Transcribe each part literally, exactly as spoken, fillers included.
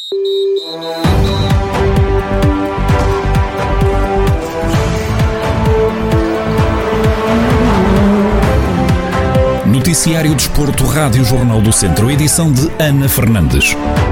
Noticiário Desporto, Rádio Jornal do Centro, edição de Ana Fernandes.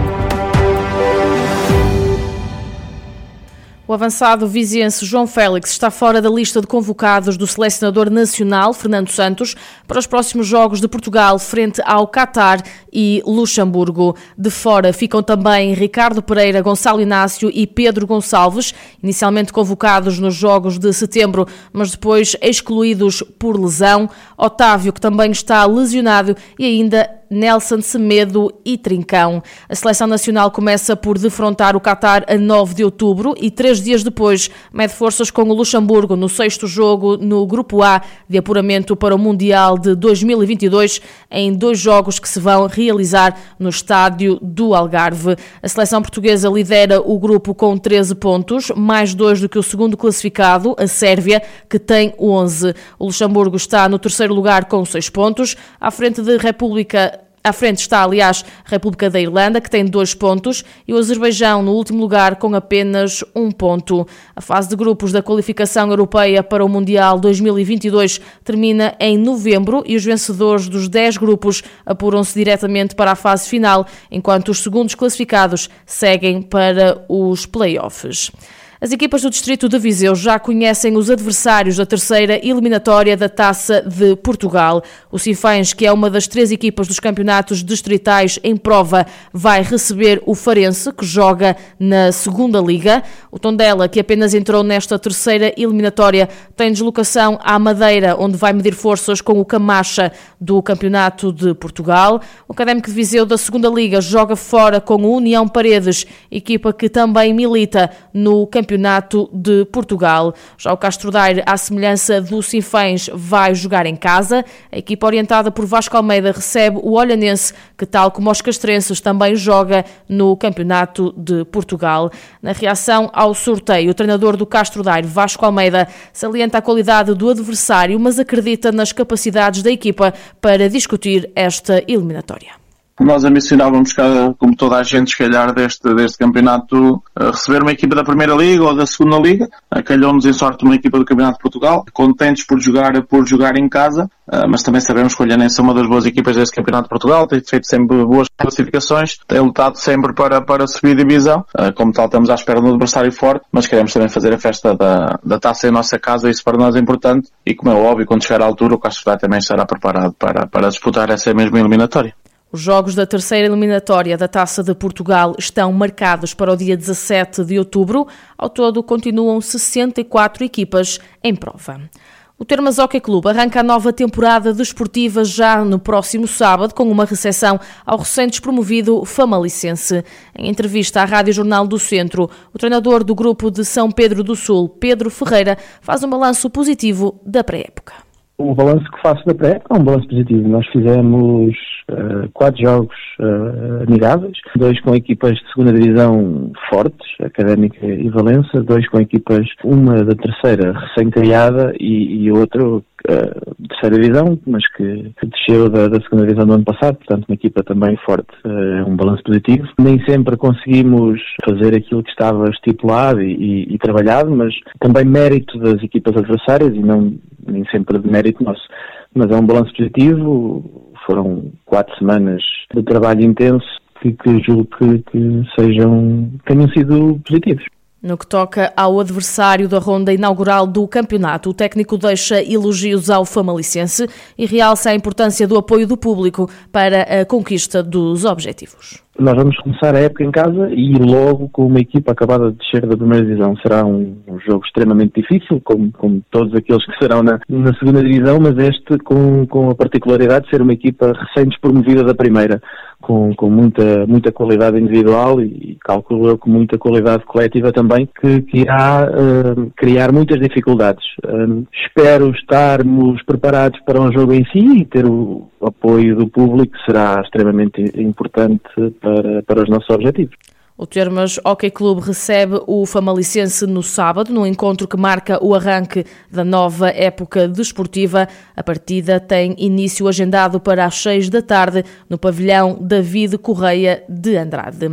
O avançado viziense João Félix está fora da lista de convocados do selecionador nacional, Fernando Santos, para os próximos Jogos de Portugal frente ao Qatar e Luxemburgo. De fora ficam também Ricardo Pereira, Gonçalo Inácio e Pedro Gonçalves, inicialmente convocados nos Jogos de Setembro, mas depois excluídos por lesão. Otávio, que também está lesionado, e ainda Nelson Semedo e Trincão. A seleção nacional começa por defrontar o Qatar a nove de outubro e três dias depois mede forças com o Luxemburgo no sexto jogo no Grupo A de apuramento para o Mundial de dois mil e vinte e dois, em dois jogos que se vão realizar no estádio do Algarve. A seleção portuguesa lidera o grupo com treze pontos, mais dois do que o segundo classificado, a Sérvia, que tem onze. O Luxemburgo está no terceiro lugar com seis pontos, à frente da República À frente está, aliás, a República da Irlanda, que tem dois pontos, e o Azerbaijão no último lugar com apenas um ponto. A fase de grupos da qualificação europeia para o Mundial dois mil e vinte e dois termina em novembro e os vencedores dos dez grupos apuram-se diretamente para a fase final, enquanto os segundos classificados seguem para os play-offs. As equipas do Distrito de Viseu já conhecem os adversários da terceira eliminatória da Taça de Portugal. O Sinfãs, que é uma das três equipas dos campeonatos distritais em prova, vai receber o Farense, que joga na segunda Liga. O Tondela, que apenas entrou nesta terceira eliminatória, tem deslocação à Madeira, onde vai medir forças com o Camacha do Campeonato de Portugal. O Académico de Viseu da segunda Liga joga fora com o União Paredes, equipa que também milita no Campeonato Campeonato de Portugal. Já o Castro Daire, à semelhança do Sinfãs, vai jogar em casa. A equipa orientada por Vasco Almeida recebe o Olhanense, que, tal como os castrenses, também joga no Campeonato de Portugal. Na reação ao sorteio, o treinador do Castro Daire, Vasco Almeida, salienta a qualidade do adversário, mas acredita nas capacidades da equipa para discutir esta eliminatória. Nós ambicionávamos, como toda a gente, se calhar, deste, deste campeonato, receber uma equipa da Primeira Liga ou da Segunda Liga. Calhou-nos em sorte uma equipa do Campeonato de Portugal, contentes por jogar, por jogar em casa, mas também sabemos que o Olhanense é uma das boas equipas deste Campeonato de Portugal, tem feito sempre boas classificações, tem lutado sempre para, para subir divisão. Como tal, estamos à espera de um adversário forte, mas queremos também fazer a festa da, da taça em nossa casa, isso para nós é importante, e como é óbvio, quando chegar à altura, o Castro Daire também estará preparado para, para disputar essa mesma eliminatória. Os jogos da terceira eliminatória da Taça de Portugal estão marcados para o dia dezassete de outubro. Ao todo, continuam sessenta e quatro equipas em prova. O Termas Hóquei Clube arranca a nova temporada desportiva já no próximo sábado, com uma recepção ao recém-despromovido Famalicense. Em entrevista à Rádio Jornal do Centro, o treinador do grupo de São Pedro do Sul, Pedro Ferreira, faz um balanço positivo da pré-época. O balanço que faço da pré-época é um balanço positivo. Nós fizemos uh, quatro jogos uh, amigáveis, dois com equipas de segunda divisão fortes, Académica e Valença, dois com equipas, uma da terceira recém-criada e, e outro uh, de terceira divisão, mas que, que desceu da, da segunda divisão do ano passado, portanto uma equipa também forte. É uh, um balanço positivo. Nem sempre conseguimos fazer aquilo que estava estipulado e, e, e trabalhado, mas também mérito das equipas adversárias e não nem sempre de mérito nosso, mas é um balanço positivo. Foram quatro semanas de trabalho intenso que, que julgo que, que sejam, tenham sido positivos. No que toca ao adversário da ronda inaugural do campeonato, o técnico deixa elogios ao Famalicense e realça a importância do apoio do público para a conquista dos objetivos. Nós vamos começar a época em casa e logo com uma equipa acabada de descer da primeira divisão. Será um, um jogo extremamente difícil, como, como todos aqueles que serão na, na segunda divisão, mas este com, com a particularidade de ser uma equipa recém-despromovida da primeira, com, com muita, muita qualidade individual e, e calculo eu com muita qualidade coletiva também, que, que irá uh, criar muitas dificuldades. Uh, espero estarmos preparados para um jogo em si e ter o apoio do público, que será extremamente importante para, para os nossos objetivos. O Termas Hóquei Clube recebe o Famalicense no sábado, num encontro que marca o arranque da nova época desportiva. A partida tem início agendado para as seis da tarde no pavilhão David Correia de Andrade.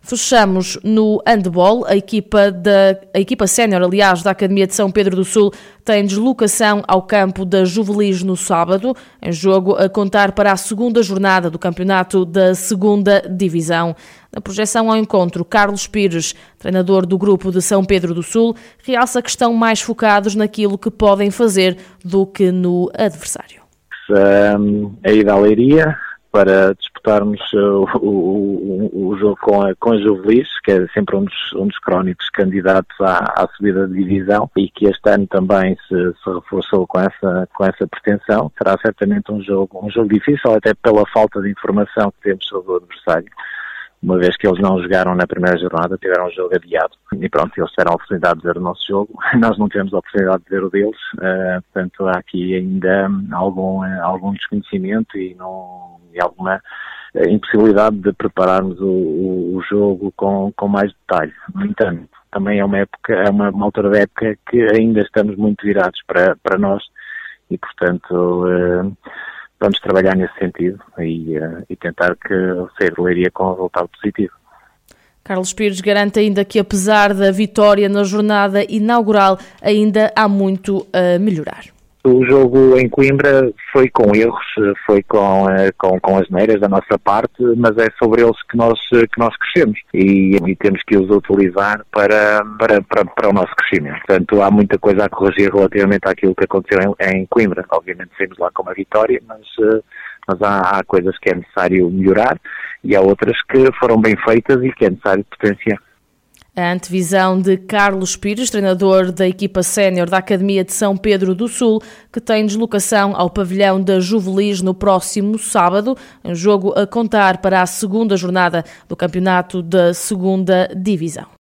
Fechamos no handball. A equipa, da, a equipa sénior, aliás, da Academia de São Pedro do Sul tem deslocação ao campo da Juvelis no sábado, em jogo a contar para a segunda jornada do campeonato da segunda Divisão. Na projeção ao encontro, Carlos Pires, treinador do grupo de São Pedro do Sul, realça que estão mais focados naquilo que podem fazer do que no adversário. Um, a ida à Leiria para disputarmos o, o, o jogo com a, com a Juvelis, que é sempre um dos, um dos crónicos candidatos à, à subida de divisão e que este ano também se, se reforçou com essa, com essa pretensão. Será certamente um jogo, um jogo difícil, até pela falta de informação que temos sobre o adversário. Uma vez que eles não jogaram na primeira jornada, tiveram um jogo adiado. E pronto, eles tiveram a oportunidade de ver o nosso jogo. Nós não tivemos a oportunidade de ver o deles. Uh, portanto, há aqui ainda algum, algum desconhecimento e, não, e alguma impossibilidade de prepararmos o, o, o jogo com, com mais detalhe. No entanto, também é uma época, é uma, uma altura da época que ainda estamos muito virados para, para nós e, portanto... Uh, Vamos trabalhar nesse sentido e, uh, e tentar que sair de Leiria com um resultado positivo. Carlos Pires garante ainda que, apesar da vitória na jornada inaugural, ainda há muito a melhorar. O jogo em Coimbra foi com erros, foi com, com, com as neiras da nossa parte, mas é sobre eles que nós, que nós crescemos e, e temos que os utilizar para, para, para, para o nosso crescimento. Portanto, há muita coisa a corrigir relativamente àquilo que aconteceu em, em Coimbra. Obviamente saímos lá com uma vitória, mas, mas há, há coisas que é necessário melhorar e há outras que foram bem feitas e que é necessário potenciar. A antevisão de Carlos Pires, treinador da equipa sénior da Academia de São Pedro do Sul, que tem deslocação ao pavilhão da Juvelis no próximo sábado, em jogo a contar para a segunda jornada do campeonato da segunda Divisão.